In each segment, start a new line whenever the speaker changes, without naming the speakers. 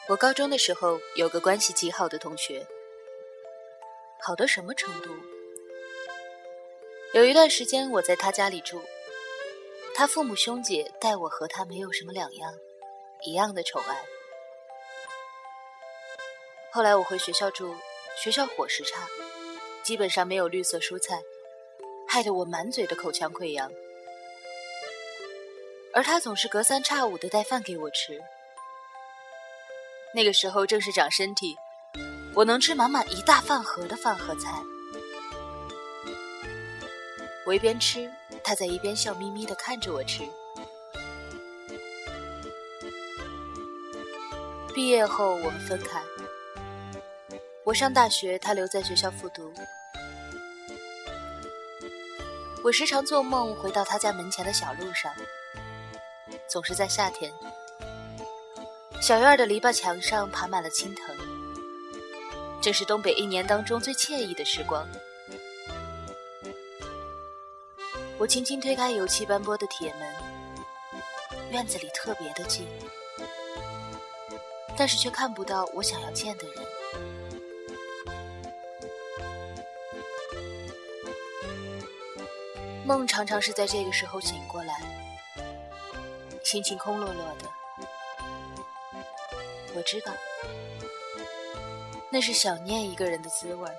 我高中的时候有个关系极好的同学，好到什么程度？有一段时间我在他家里住，他父母兄姐待我和他没有什么两样，一样的宠爱。后来我回学校住，学校伙食差，基本上没有绿色蔬菜，害得我满嘴的口腔溃疡。而他总是隔三差五地带饭给我吃。那个时候正是长身体，我能吃满满一大饭盒的饭和菜。我一边吃，他在一边笑眯眯地看着我吃。毕业后我们分开，我上大学，他留在学校复读。我时常做梦回到他家门前的小路上，总是在夏天，小院的篱笆墙上爬满了青藤，这是东北一年当中最惬意的时光。我轻轻推开油漆斑驳的铁门，院子里特别的静，但是却看不到我想要见的人。梦常常是在这个时候醒过来，心情空落落的。我知道，那是想念一个人的滋味。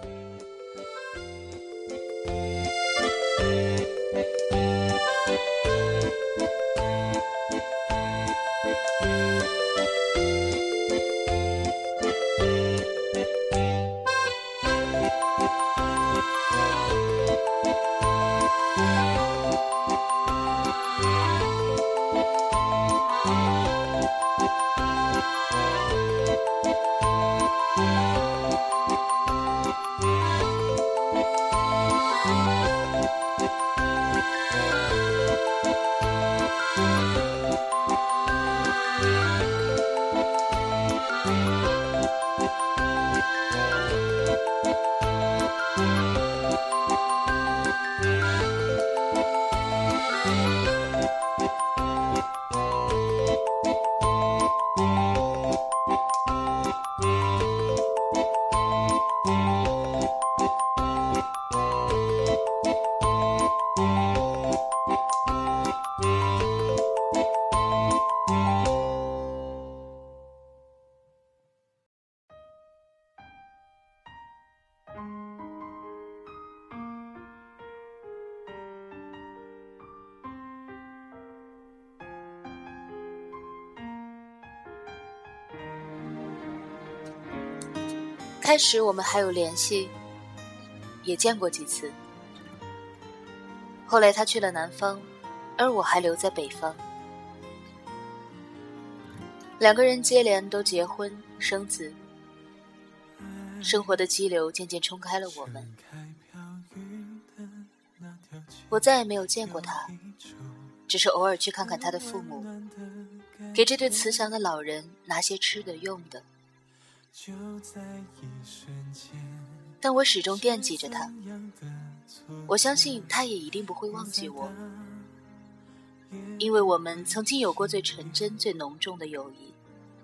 开始我们还有联系，也见过几次。后来他去了南方，而我还留在北方。两个人接连都结婚生子，生活的激流渐渐冲开了我们。我再也没有见过他，只是偶尔去看看他的父母，给这对慈祥的老人拿些吃的用的。但我始终惦记着他，我相信他也一定不会忘记我，因为我们曾经有过最纯真最浓重的友谊。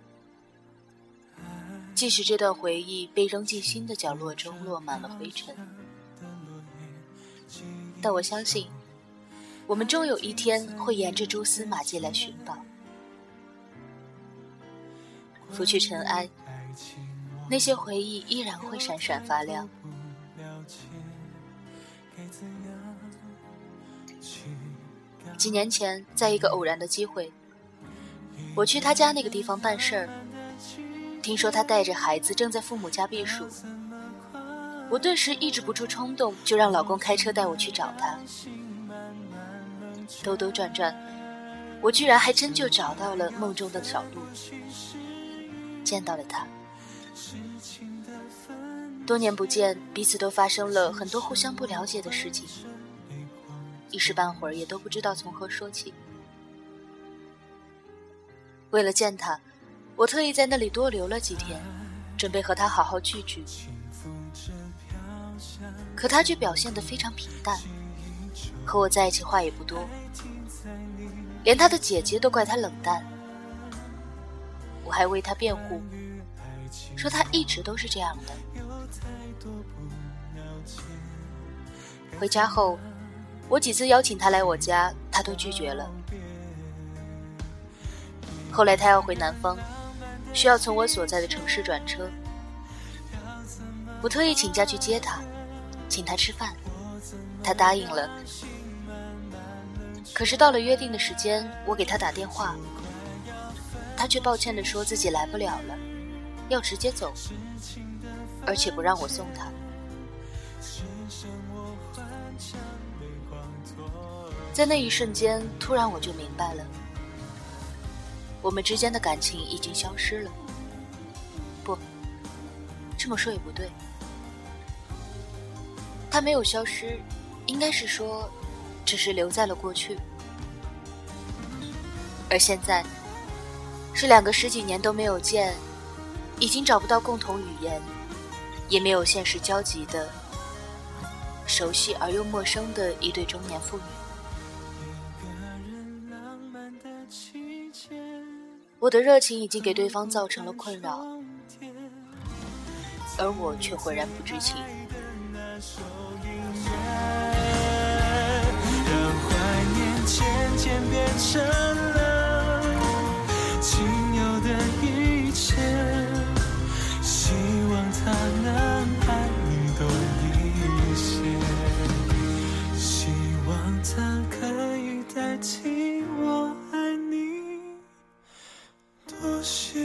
即使这段回忆被扔进心的角落中落满了灰尘，但我相信我们终有一天会沿着蛛丝马迹来寻宝，拂去尘埃，那些回忆依然会闪闪发亮。几年前，在一个偶然的机会，我去他家那个地方办事儿，听说他带着孩子正在父母家避暑，我顿时抑制不住冲动，就让老公开车带我去找他。兜兜转转，我居然还真就找到了梦中的小路，见到了他。多年不见，彼此都发生了很多互相不了解的事情，一时半会儿也都不知道从何说起。为了见他，我特意在那里多留了几天，准备和他好好聚聚。可他却表现得非常平淡，和我在一起话也不多，连他的姐姐都怪他冷淡。我还为他辩护， 说他一直都是这样的。回家后，我几次邀请他来我家，他都拒绝了。后来他要回南方，需要从我所在的城市转车，我特意请假去接他，请他吃饭，他答应了。可是到了约定的时间，我给他打电话，他却抱歉地说自己来不了了，要直接走，而且不让我送他。在那一瞬间，突然我就明白了，我们之间的感情已经消失了。不，这么说也不对，它没有消失，应该是说只是留在了过去。而现在是2个10几年都没有见，已经找不到共同语言，也没有现实交集的熟悉而又陌生的一对中年妇女。我的热情已经给对方造成了困扰，而我却浑然不知情。
让怀念渐渐变成了仅有的一切，希望它能爱你多一些，希望它可以代替我爱你多些。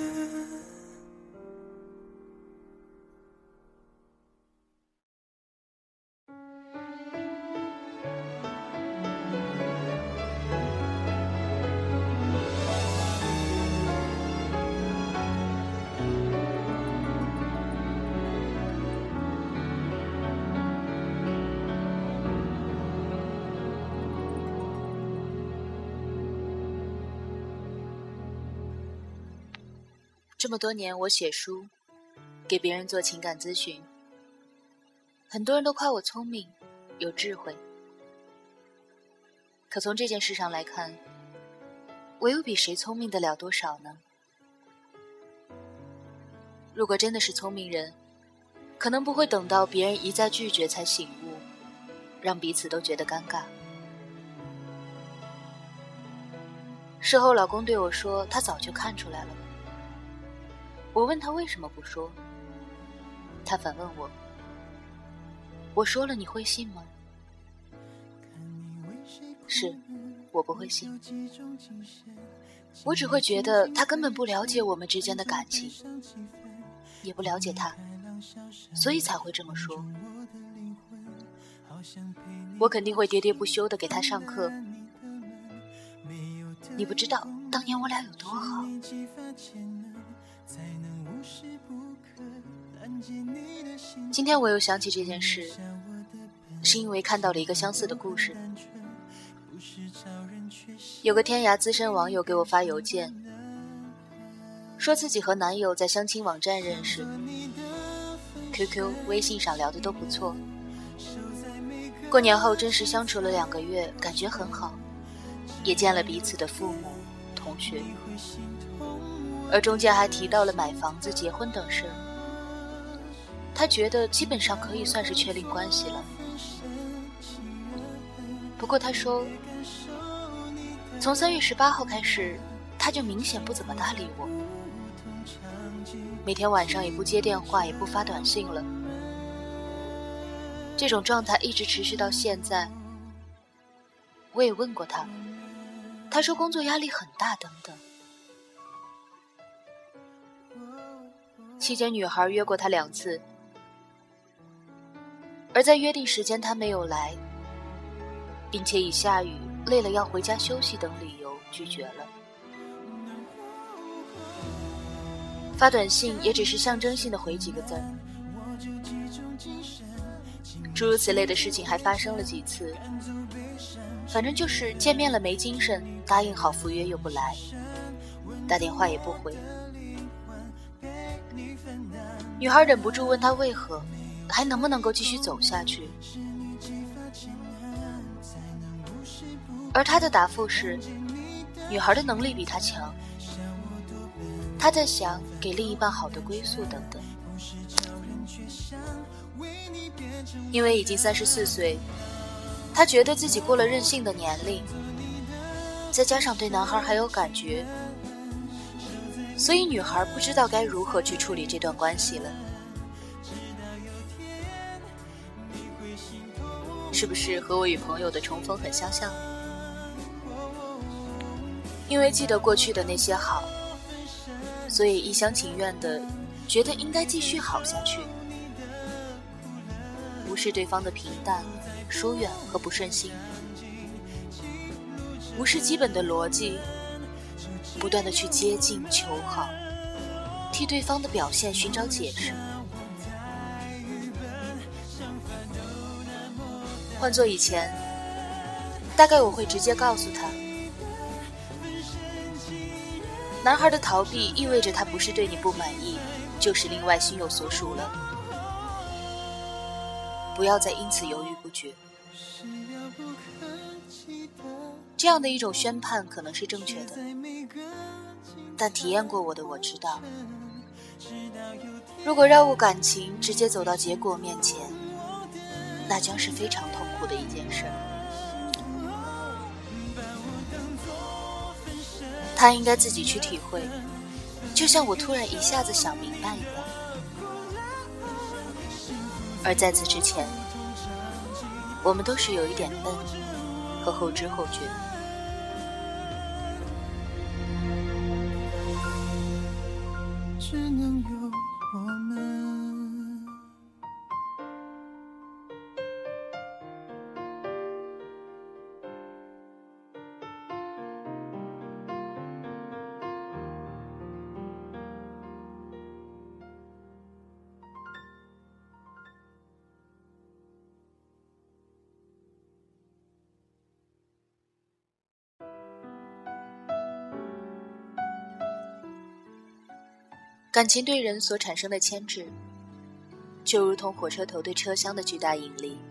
这么多年，我写书，给别人做情感咨询，很多人都夸我聪明，有智慧。可从这件事上来看，我又比谁聪明得了多少呢？如果真的是聪明人，可能不会等到别人一再拒绝才醒悟，让彼此都觉得尴尬。事后老公对我说，他早就看出来了。我问他为什么不说，他反问我，我说了你会信吗？是，我不会信，我只会觉得他根本不了解我们之间的感情，也不了解他，所以才会这么说。我肯定会喋喋不休地给他上课，你不知道当年我俩有多好。今天我又想起这件事，是因为看到了一个相似的故事。有个天涯资深网友给我发邮件，说自己和男友在相亲网站认识， QQ 微信上聊得都不错，过年后真实相处了2个月，感觉很好，也见了彼此的父母同学，而中间还提到了买房子结婚等事，他觉得基本上可以算是确定关系了。不过他说，从3月18号开始，他就明显不怎么搭理我，每天晚上也不接电话，也不发短信了。这种状态一直持续到现在。我也问过他，他说工作压力很大等等。期间女孩约过他2次，而在约定时间他没有来，并且以下雨、累了要回家休息等理由拒绝了。发短信也只是象征性的回几个字儿。诸如此类的事情还发生了几次，反正就是见面了没精神，答应好赴约又不来，打电话也不回。女孩忍不住问他为何，还能不能够继续走下去，而他的答复是，女孩的能力比他强， 他在想给另一半好的归宿等等。因为已经34岁，他觉得自己过了任性的年龄，再加上对男孩还有感觉，所以女孩不知道该如何去处理这段关系了。是不是和我与朋友的重逢很相像？因为记得过去的那些好，所以一厢情愿的觉得应该继续好下去，无视对方的平淡、疏远和不顺心，无视基本的逻辑，不断的去接近求好，替对方的表现寻找解释。换做以前，大概我会直接告诉他，男孩的逃避意味着他不是对你不满意，就是另外心有所属了，不要再因此犹豫不决。这样的一种宣判可能是正确的，但体验过我的我知道，如果让我感情直接走到结果面前，那将是非常痛苦的一件事。他应该自己去体会，就像我突然一下子想明白一样。而在此之前，我们都是有一点笨和后知后觉。
只能有我们。
感情对人所产生的牵制，就如同火车头对车厢的巨大引力。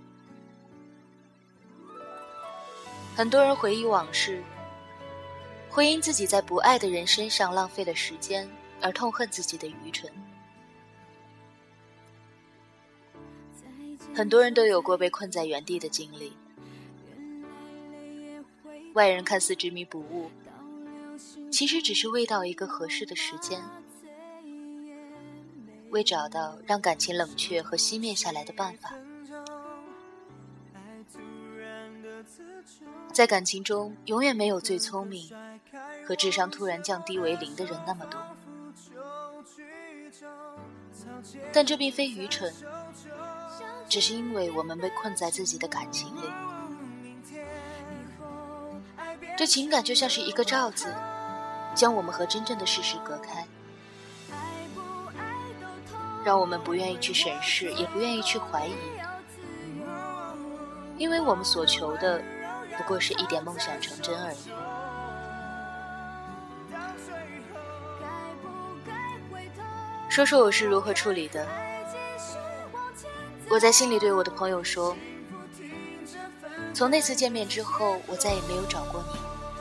很多人回忆往事，会因自己在不爱的人身上浪费了时间而痛恨自己的愚蠢。很多人都有过被困在原地的经历，外人看似执迷不悟，其实只是未到一个合适的时间，未找到让感情冷却和熄灭下来的办法。在感情中，永远没有最聪明和智商突然降低为0的人那么多，但这并非愚蠢，只是因为我们被困在自己的感情里。这情感就像是一个罩子，将我们和真正的事实隔开，让我们不愿意去审视，也不愿意去怀疑，因为我们所求的不过是一点梦想成真而已。说说我是如何处理的。我在心里对我的朋友说，从那次见面之后，我再也没有找过你，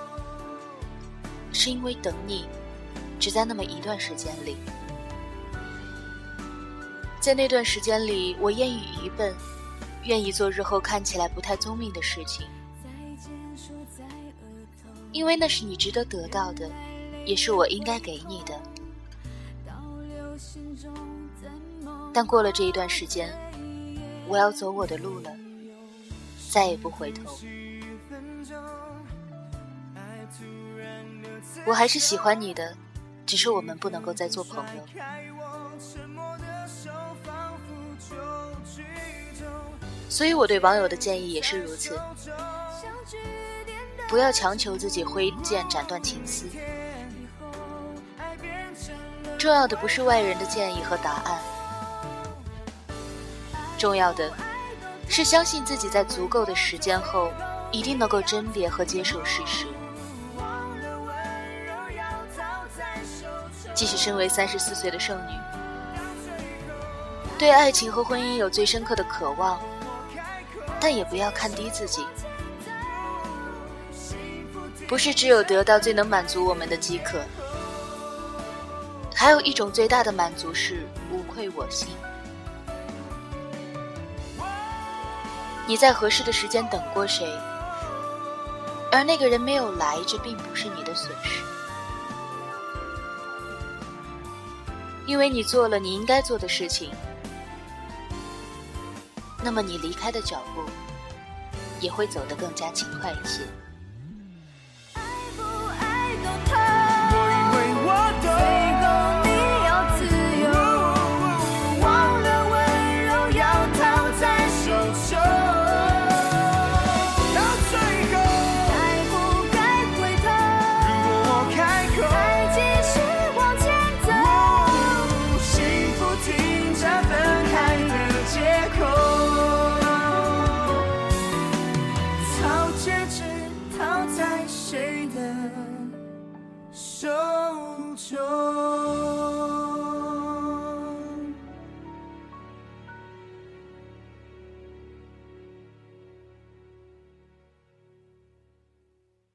是因为等你只在那么一段时间里。在那段时间里，我愿意愚笨，愿意做日后看起来不太聪明的事情，因为那是你值得得到的，也是我应该给你的。但过了这一段时间，我要走我的路了，再也不回头。我还是喜欢你的，只是我们不能够再做朋友。所以我对网友的建议也是如此，不要强求自己挥剑斩断情丝。重要的不是外人的建议和答案，重要的是相信自己在足够的时间后一定能够甄别和接受事实。即使身为34岁的剩女，对爱情和婚姻有最深刻的渴望，但也不要看低自己。不是只有得到最能满足我们的饥渴， 还有一种最大的满足是无愧我心。你在合适的时间等过谁，而那个人没有来，这并不是你的损失，因为你做了你应该做的事情，那么你离开的脚步也会走得更加轻快一些。
手中